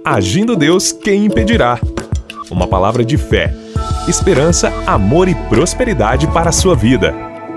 Agindo Deus, quem impedirá? Uma palavra de fé, esperança, amor e prosperidade para a sua vida.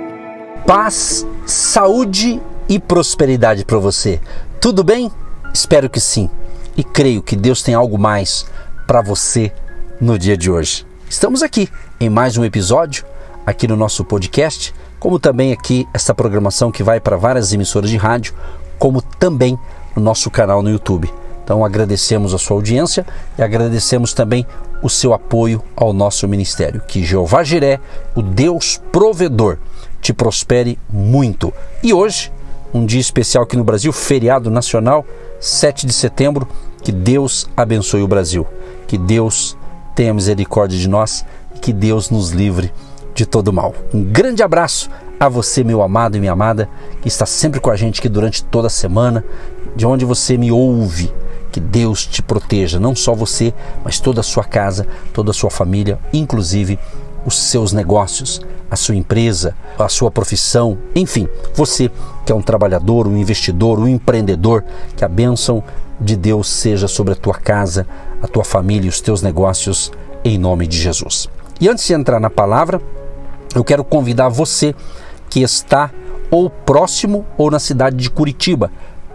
Paz, saúde e prosperidade para você. Tudo bem? Espero que sim. E creio que Deus tem algo mais para você no dia de hoje. Estamos aqui em mais um episódio, aqui no nosso podcast, como também aqui essa programação que vai para várias emissoras de rádio, como também no nosso canal no YouTube. Então agradecemos a sua audiência e agradecemos também o seu apoio ao nosso ministério. Que Jeová Jiré, o Deus provedor, te prospere muito. E hoje, um dia especial aqui no Brasil, feriado nacional, 7 de setembro, que Deus abençoe o Brasil. Que Deus tenha misericórdia de nós e que Deus nos livre de todo mal. Um grande abraço a você, meu amado e minha amada, que está sempre com a gente aqui durante toda a semana, de onde você me ouve. Que Deus te proteja, não só você, mas toda a sua casa, toda a sua família, inclusive os seus negócios, a sua empresa, a sua profissão, enfim, você que é um trabalhador, um investidor, um empreendedor, que a bênção de Deus seja sobre a tua casa, a tua família e os teus negócios, em nome de Jesus. E antes de entrar na palavra, eu quero convidar você que está ou próximo ou na cidade de Curitiba,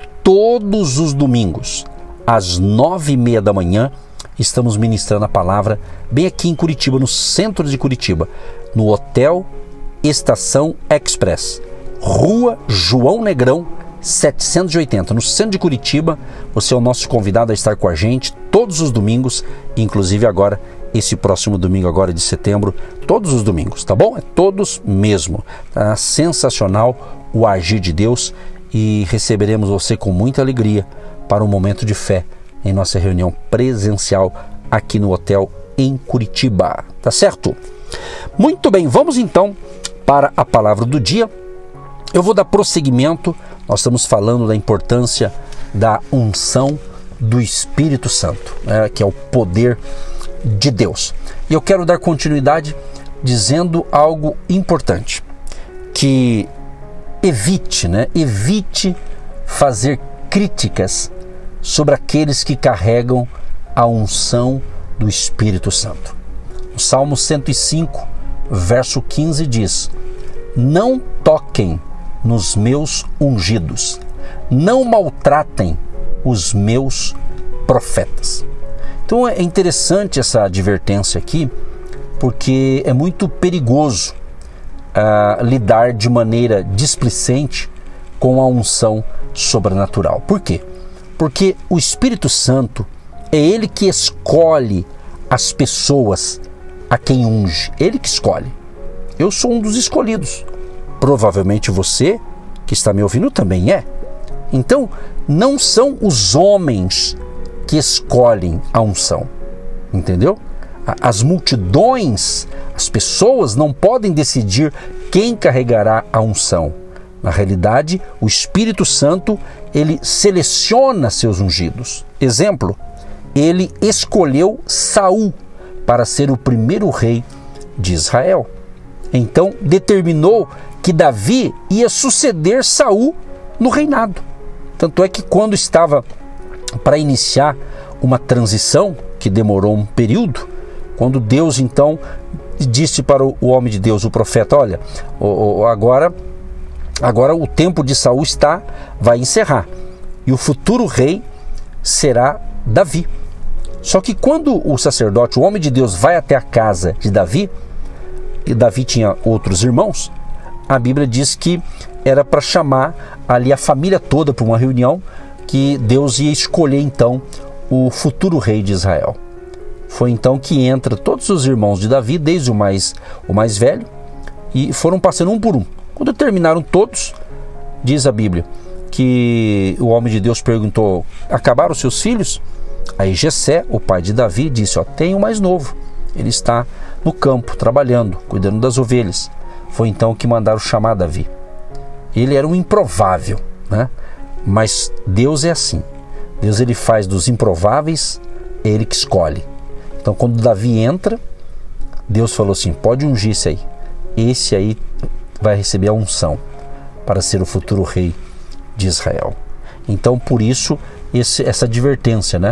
todos os domingos, às 9h30 da manhã, estamos ministrando a palavra bem aqui em Curitiba, no centro de Curitiba, no Hotel Estação Express, Rua João Negrão, 780, no centro de Curitiba. Você é o nosso convidado a estar com a gente todos os domingos, inclusive agora, esse próximo domingo agora de setembro, todos os domingos, tá bom? É todos mesmo. Tá sensacional o agir de Deus e receberemos você com muita alegria para um momento de fé em nossa reunião presencial aqui no hotel em Curitiba, tá certo? Muito bem, vamos então para a palavra do dia. Eu vou dar prosseguimento, nós estamos falando da importância da unção do Espírito Santo, que é o poder de Deus. E eu quero dar continuidade dizendo algo importante, que evite fazer críticas sobre aqueles que carregam a unção do Espírito Santo. O Salmo 105, verso 15 diz: não toquem nos meus ungidos, não maltratem os meus profetas. Então é interessante essa advertência aqui, porque é muito perigoso lidar de maneira displicente com a unção sobrenatural. Por quê? Porque o Espírito Santo é Ele que escolhe as pessoas a quem unge. Ele que escolhe. Eu sou um dos escolhidos. Provavelmente você que está me ouvindo também é. Então, não são os homens que escolhem a unção. Entendeu? As multidões, as pessoas não podem decidir quem carregará a unção. Na realidade, o Espírito Santo, ele seleciona seus ungidos. Exemplo, ele escolheu Saul para ser o primeiro rei de Israel. Então, determinou que Davi ia suceder Saul no reinado. Tanto é que quando estava para iniciar uma transição, que demorou um período, quando Deus então disse para o homem de Deus, o profeta, olha, agora o tempo de Saul vai encerrar e o futuro rei será Davi. Só que quando o sacerdote, o homem de Deus, vai até a casa de Davi, e Davi tinha outros irmãos, a Bíblia diz que era para chamar ali a família toda para uma reunião, que Deus ia escolher então o futuro rei de Israel. Foi então que entra todos os irmãos de Davi, desde o mais velho, e foram passando um por um. Quando terminaram todos, diz a Bíblia, que o homem de Deus perguntou: acabaram os seus filhos? Aí Jessé, o pai de Davi, disse: tem o mais novo, ele está no campo, trabalhando, cuidando das ovelhas. Foi então que mandaram chamar Davi. Ele era um improvável, né? Mas Deus é assim. Deus, ele faz dos improváveis, é ele que escolhe. Então quando Davi entra, Deus falou assim: pode ungir esse aí vai receber a unção para ser o futuro rei de Israel. Então por isso essa advertência, né?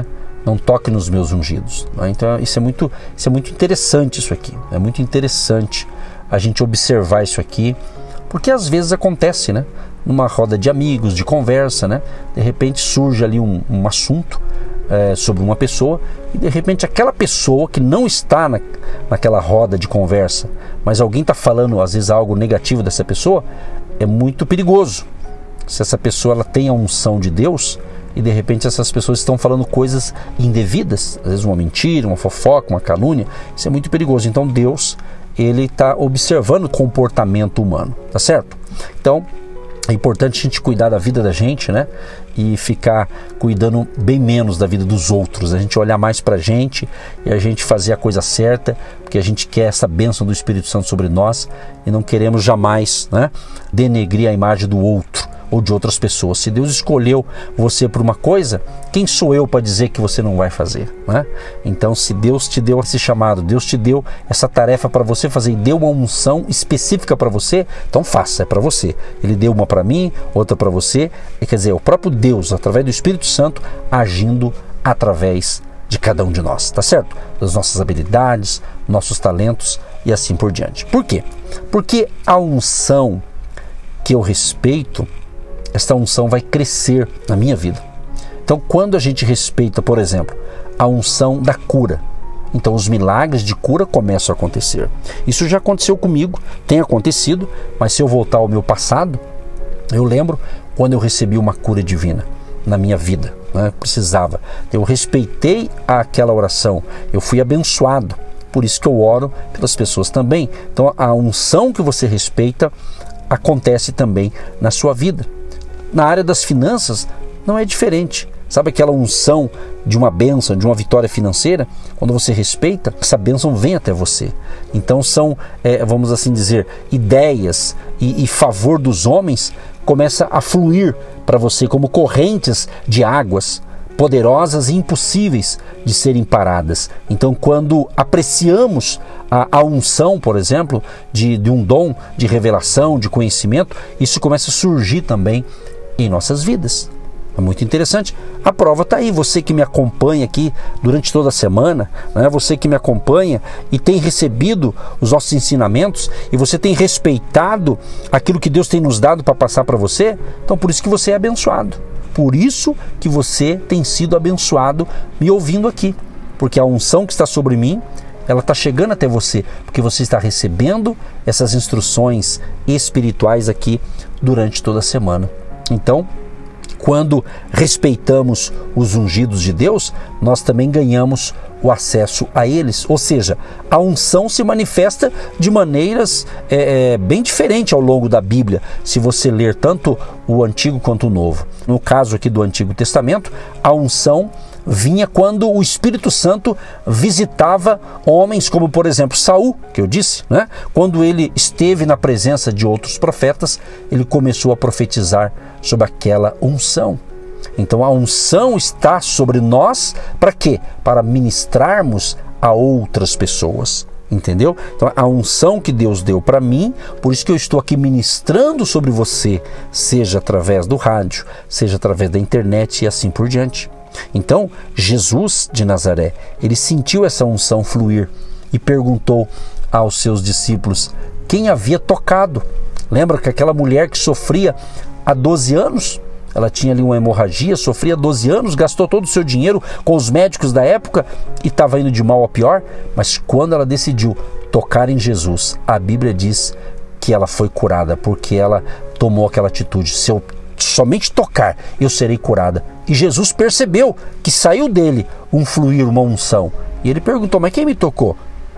não toque nos meus ungidos. Né? Então isso é muito interessante isso aqui. É muito interessante a gente observar isso aqui, porque às vezes acontece, né? Numa roda de amigos, de conversa, né? De repente surge ali um assunto sobre uma pessoa, e de repente aquela pessoa que não está naquela roda de conversa, mas alguém está falando às vezes algo negativo dessa pessoa, é muito perigoso. Se essa pessoa ela tem a unção de Deus e de repente essas pessoas estão falando coisas indevidas, às vezes uma mentira, uma fofoca, uma calúnia, isso é muito perigoso. Então Deus, ele está observando o comportamento humano, tá certo? Então é importante a gente cuidar da vida da gente, né? E ficar cuidando bem menos da vida dos outros. A gente olhar mais pra gente e a gente fazer a coisa certa, porque a gente quer essa bênção do Espírito Santo sobre nós e não queremos jamais, né, denegrir a imagem do outro ou de outras pessoas. Se Deus escolheu você por uma coisa, quem sou eu para dizer que você não vai fazer, né? Então, se Deus te deu esse chamado, Deus te deu essa tarefa para você fazer e deu uma unção específica para você, então faça, é para você. Ele deu uma para mim, outra para você, quer dizer, o próprio Deus, através do Espírito Santo, agindo através de cada um de nós, tá certo? Das nossas habilidades, nossos talentos e assim por diante. Por quê? Porque a unção que eu respeito, esta unção vai crescer na minha vida. Então, quando a gente respeita, por exemplo, a unção da cura, então os milagres de cura começam a acontecer. Isso já aconteceu comigo, tem acontecido, mas se eu voltar ao meu passado, eu lembro quando eu recebi uma cura divina na minha vida, né? Precisava. Eu respeitei aquela oração, eu fui abençoado. Por isso que eu oro pelas pessoas também. Então, a unção que você respeita acontece também na sua vida. Na área das finanças não é diferente. Sabe aquela unção de uma bênção, de uma vitória financeira? Quando você respeita, essa bênção vem até você. Então são, vamos assim dizer, ideias e favor dos homens começa a fluir para você como correntes de águas poderosas e impossíveis de serem paradas. Então, quando apreciamos a unção, por exemplo, de um dom de revelação, de conhecimento, isso começa a surgir também em nossas vidas. É muito interessante. A prova está aí. Você que me acompanha aqui durante toda a semana, né? Você que me acompanha e tem recebido os nossos ensinamentos e você tem respeitado aquilo que Deus tem nos dado para passar para você, então por isso que você é abençoado. Por isso que você tem sido abençoado me ouvindo aqui. Porque a unção que está sobre mim, ela está chegando até você, porque você está recebendo essas instruções espirituais aqui durante toda a semana. Então, quando respeitamos os ungidos de Deus, nós também ganhamos o acesso a eles. Ou seja, a unção se manifesta de maneiras bem diferentes ao longo da Bíblia, se você ler tanto o Antigo quanto o Novo. No caso aqui do Antigo Testamento, a unção vinha quando o Espírito Santo visitava homens como, por exemplo, Saul, que eu disse, né? Quando ele esteve na presença de outros profetas, ele começou a profetizar sobre aquela unção. Então a unção está sobre nós para quê? Para ministrarmos a outras pessoas. Entendeu? Então a unção que Deus deu para mim, por isso que eu estou aqui ministrando sobre você, seja através do rádio, seja através da internet e assim por diante. Então, Jesus de Nazaré, ele sentiu essa unção fluir e perguntou aos seus discípulos quem havia tocado. Lembra que aquela mulher que sofria há 12 anos, ela tinha ali uma hemorragia, sofria 12 anos, gastou todo o seu dinheiro com os médicos da época e estava indo de mal a pior, mas quando ela decidiu tocar em Jesus, a Bíblia diz que ela foi curada, porque ela tomou aquela atitude: se eu somente tocar, eu serei curada. E Jesus percebeu que saiu dele um fluir, uma unção. E ele perguntou: mas quem me tocou?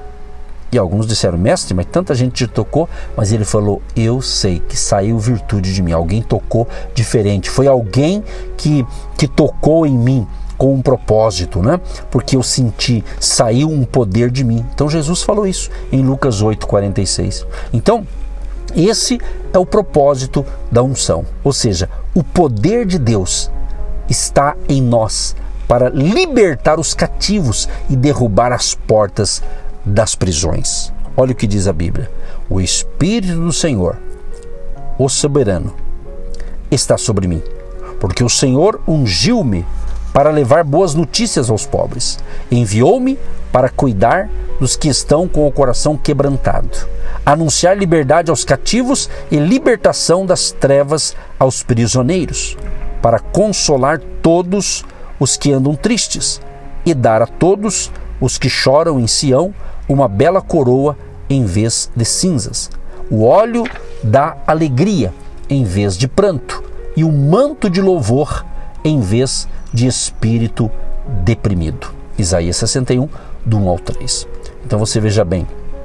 E alguns disseram: mestre, mas tanta gente te tocou. Mas ele falou: eu sei que saiu virtude de mim. Alguém tocou diferente. Foi alguém que tocou em mim com um propósito, né? Porque eu senti, saiu um poder de mim. Então Jesus falou isso em Lucas 8:46. Então, esse é o propósito da unção. Ou seja, o poder de Deus está em nós para libertar os cativos e derrubar as portas das prisões. Olha o que diz a Bíblia: o Espírito do Senhor, o soberano, está sobre mim, porque o Senhor ungiu-me para levar boas notícias aos pobres. Enviou-me para cuidar dos que estão com o coração quebrantado, anunciar liberdade aos cativos e libertação das trevas aos prisioneiros, para consolar todos os que andam tristes e dar a todos os que choram em Sião uma bela coroa em vez de cinzas, o óleo da alegria em vez de pranto e um manto de louvor em vez de espírito deprimido. Isaías 61, do 1 ao 3. Então você veja bem,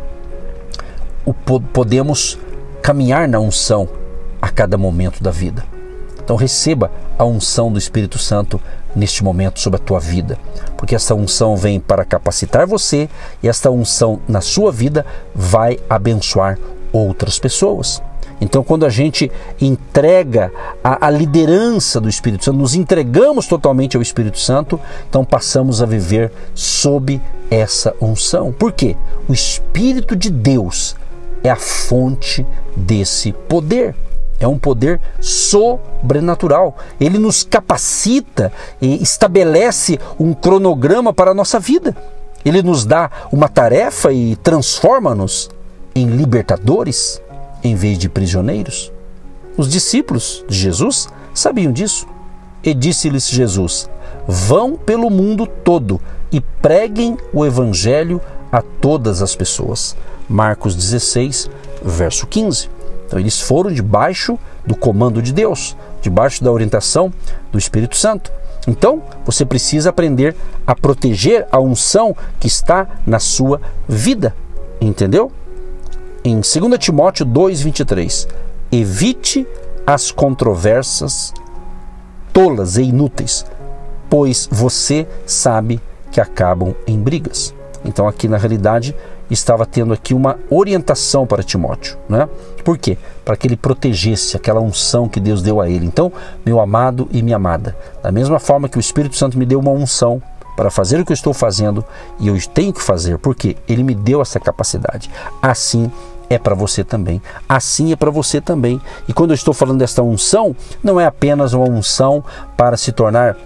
podemos caminhar na unção a cada momento da vida. Então receba a unção do Espírito Santo neste momento sobre a tua vida, porque essa unção vem para capacitar você e esta unção na sua vida vai abençoar outras pessoas. Então quando a gente entrega a liderança do Espírito Santo, nos entregamos totalmente ao Espírito Santo, então passamos a viver sob essa unção. Por quê? O Espírito de Deus é a fonte desse poder. É um poder sobrenatural. Ele nos capacita e estabelece um cronograma para a nossa vida. Ele nos dá uma tarefa e transforma-nos em libertadores em vez de prisioneiros. Os discípulos de Jesus sabiam disso. E disse-lhes Jesus: vão pelo mundo todo e preguem o evangelho a todas as pessoas. Marcos 16, verso 15. Então eles foram debaixo do comando de Deus, debaixo da orientação do Espírito Santo. Então você precisa aprender a proteger a unção que está na sua vida. Entendeu? Em 2 Timóteo 2,23, evite as controvérsias tolas e inúteis, pois você sabe que acabam em brigas. Então aqui na realidade estava tendo aqui uma orientação para Timóteo, né? Por quê? Para que ele protegesse aquela unção que Deus deu a ele. Então, meu amado e minha amada, da mesma forma que o Espírito Santo me deu uma unção para fazer o que eu estou fazendo, e eu tenho que fazer, porque ele me deu essa capacidade. Assim é para você também. Assim é para você também. E quando eu estou falando desta unção, não é apenas uma unção para se tornar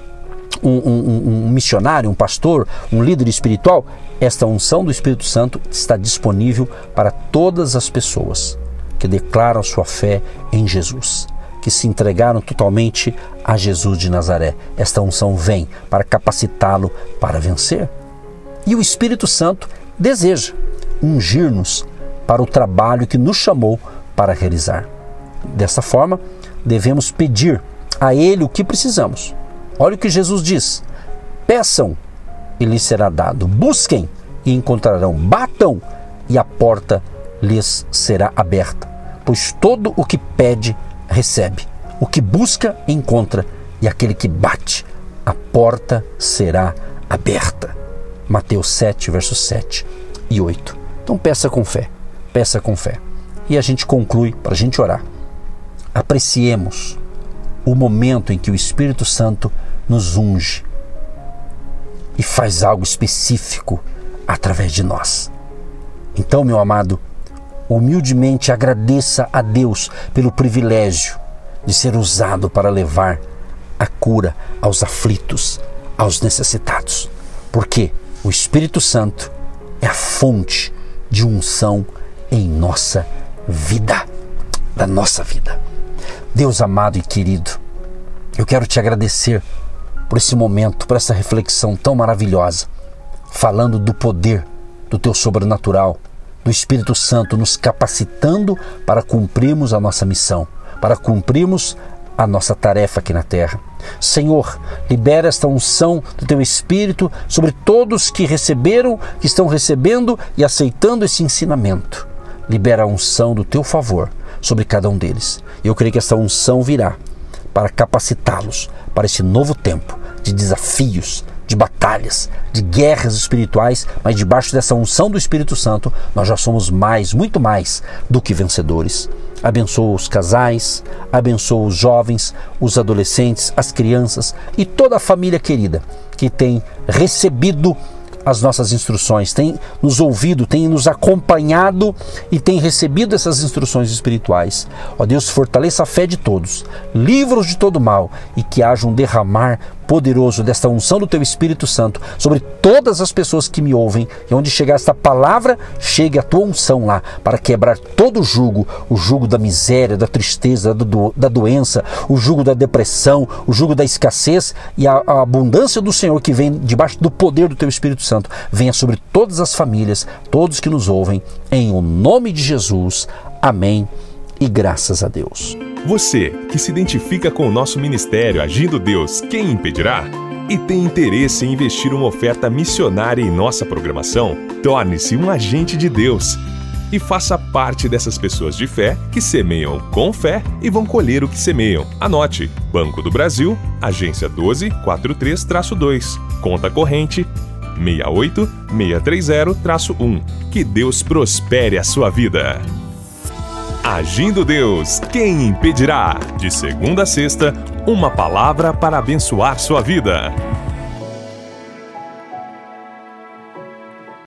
um missionário, um pastor, um líder espiritual. Esta unção do Espírito Santo está disponível para todas as pessoas que declaram sua fé em Jesus, que se entregaram totalmente a Jesus de Nazaré. Esta unção vem para capacitá-lo para vencer. E o Espírito Santo deseja ungir-nos para o trabalho que nos chamou para realizar. Dessa forma, devemos pedir a Ele o que precisamos. Olha o que Jesus diz: peçam e lhes será dado, busquem e encontrarão, batam e a porta lhes será aberta. Pois todo o que pede, recebe, o que busca, encontra, e aquele que bate, a porta será aberta. Mateus 7, versos 7 e 8. Então peça com fé, peça com fé. E a gente conclui para a gente orar. Apreciemos o momento em que o Espírito Santo nos unge e faz algo específico através de nós. Então, meu amado, humildemente agradeça a Deus pelo privilégio de ser usado para levar a cura aos aflitos, aos necessitados. Porque o Espírito Santo é a fonte de unção em nossa vida, da nossa vida. Deus amado e querido, eu quero te agradecer por esse momento, por essa reflexão tão maravilhosa, falando do poder do Teu sobrenatural, do Espírito Santo nos capacitando para cumprirmos a nossa missão, para cumprirmos a nossa tarefa aqui na terra. Senhor, libera esta unção do Teu Espírito sobre todos que receberam, que estão recebendo e aceitando esse ensinamento. Libera a unção do Teu favor sobre cada um deles. Eu creio que esta unção virá para capacitá-los para esse novo tempo de desafios, de batalhas, de guerras espirituais, mas debaixo dessa unção do Espírito Santo, nós já somos mais, muito mais do que vencedores. Abençoa os casais, abençoa os jovens, os adolescentes, as crianças e toda a família querida que tem recebido as nossas instruções, tem nos ouvido, tem nos acompanhado e tem recebido essas instruções espirituais. Ó Deus, fortaleça a fé de todos, livra-os de todo mal e que haja um derramar poderoso desta unção do Teu Espírito Santo sobre todas as pessoas que me ouvem, e onde chegar esta palavra, chegue a Tua unção lá, para quebrar todo o jugo da miséria, da tristeza, da doença, o jugo da depressão, o jugo da escassez, e a abundância do Senhor que vem debaixo do poder do Teu Espírito Santo, venha sobre todas as famílias, todos que nos ouvem, em o nome de Jesus. Amém e graças a Deus. Você que se identifica com o nosso ministério Agindo Deus, quem impedirá? E tem interesse em investir uma oferta missionária em nossa programação? Torne-se um agente de Deus e faça parte dessas pessoas de fé que semeiam com fé e vão colher o que semeiam. Anote: Banco do Brasil, agência 1243-2, conta corrente 68630-1. Que Deus prospere a sua vida. Agindo Deus, quem impedirá? De segunda a sexta, uma palavra para abençoar sua vida.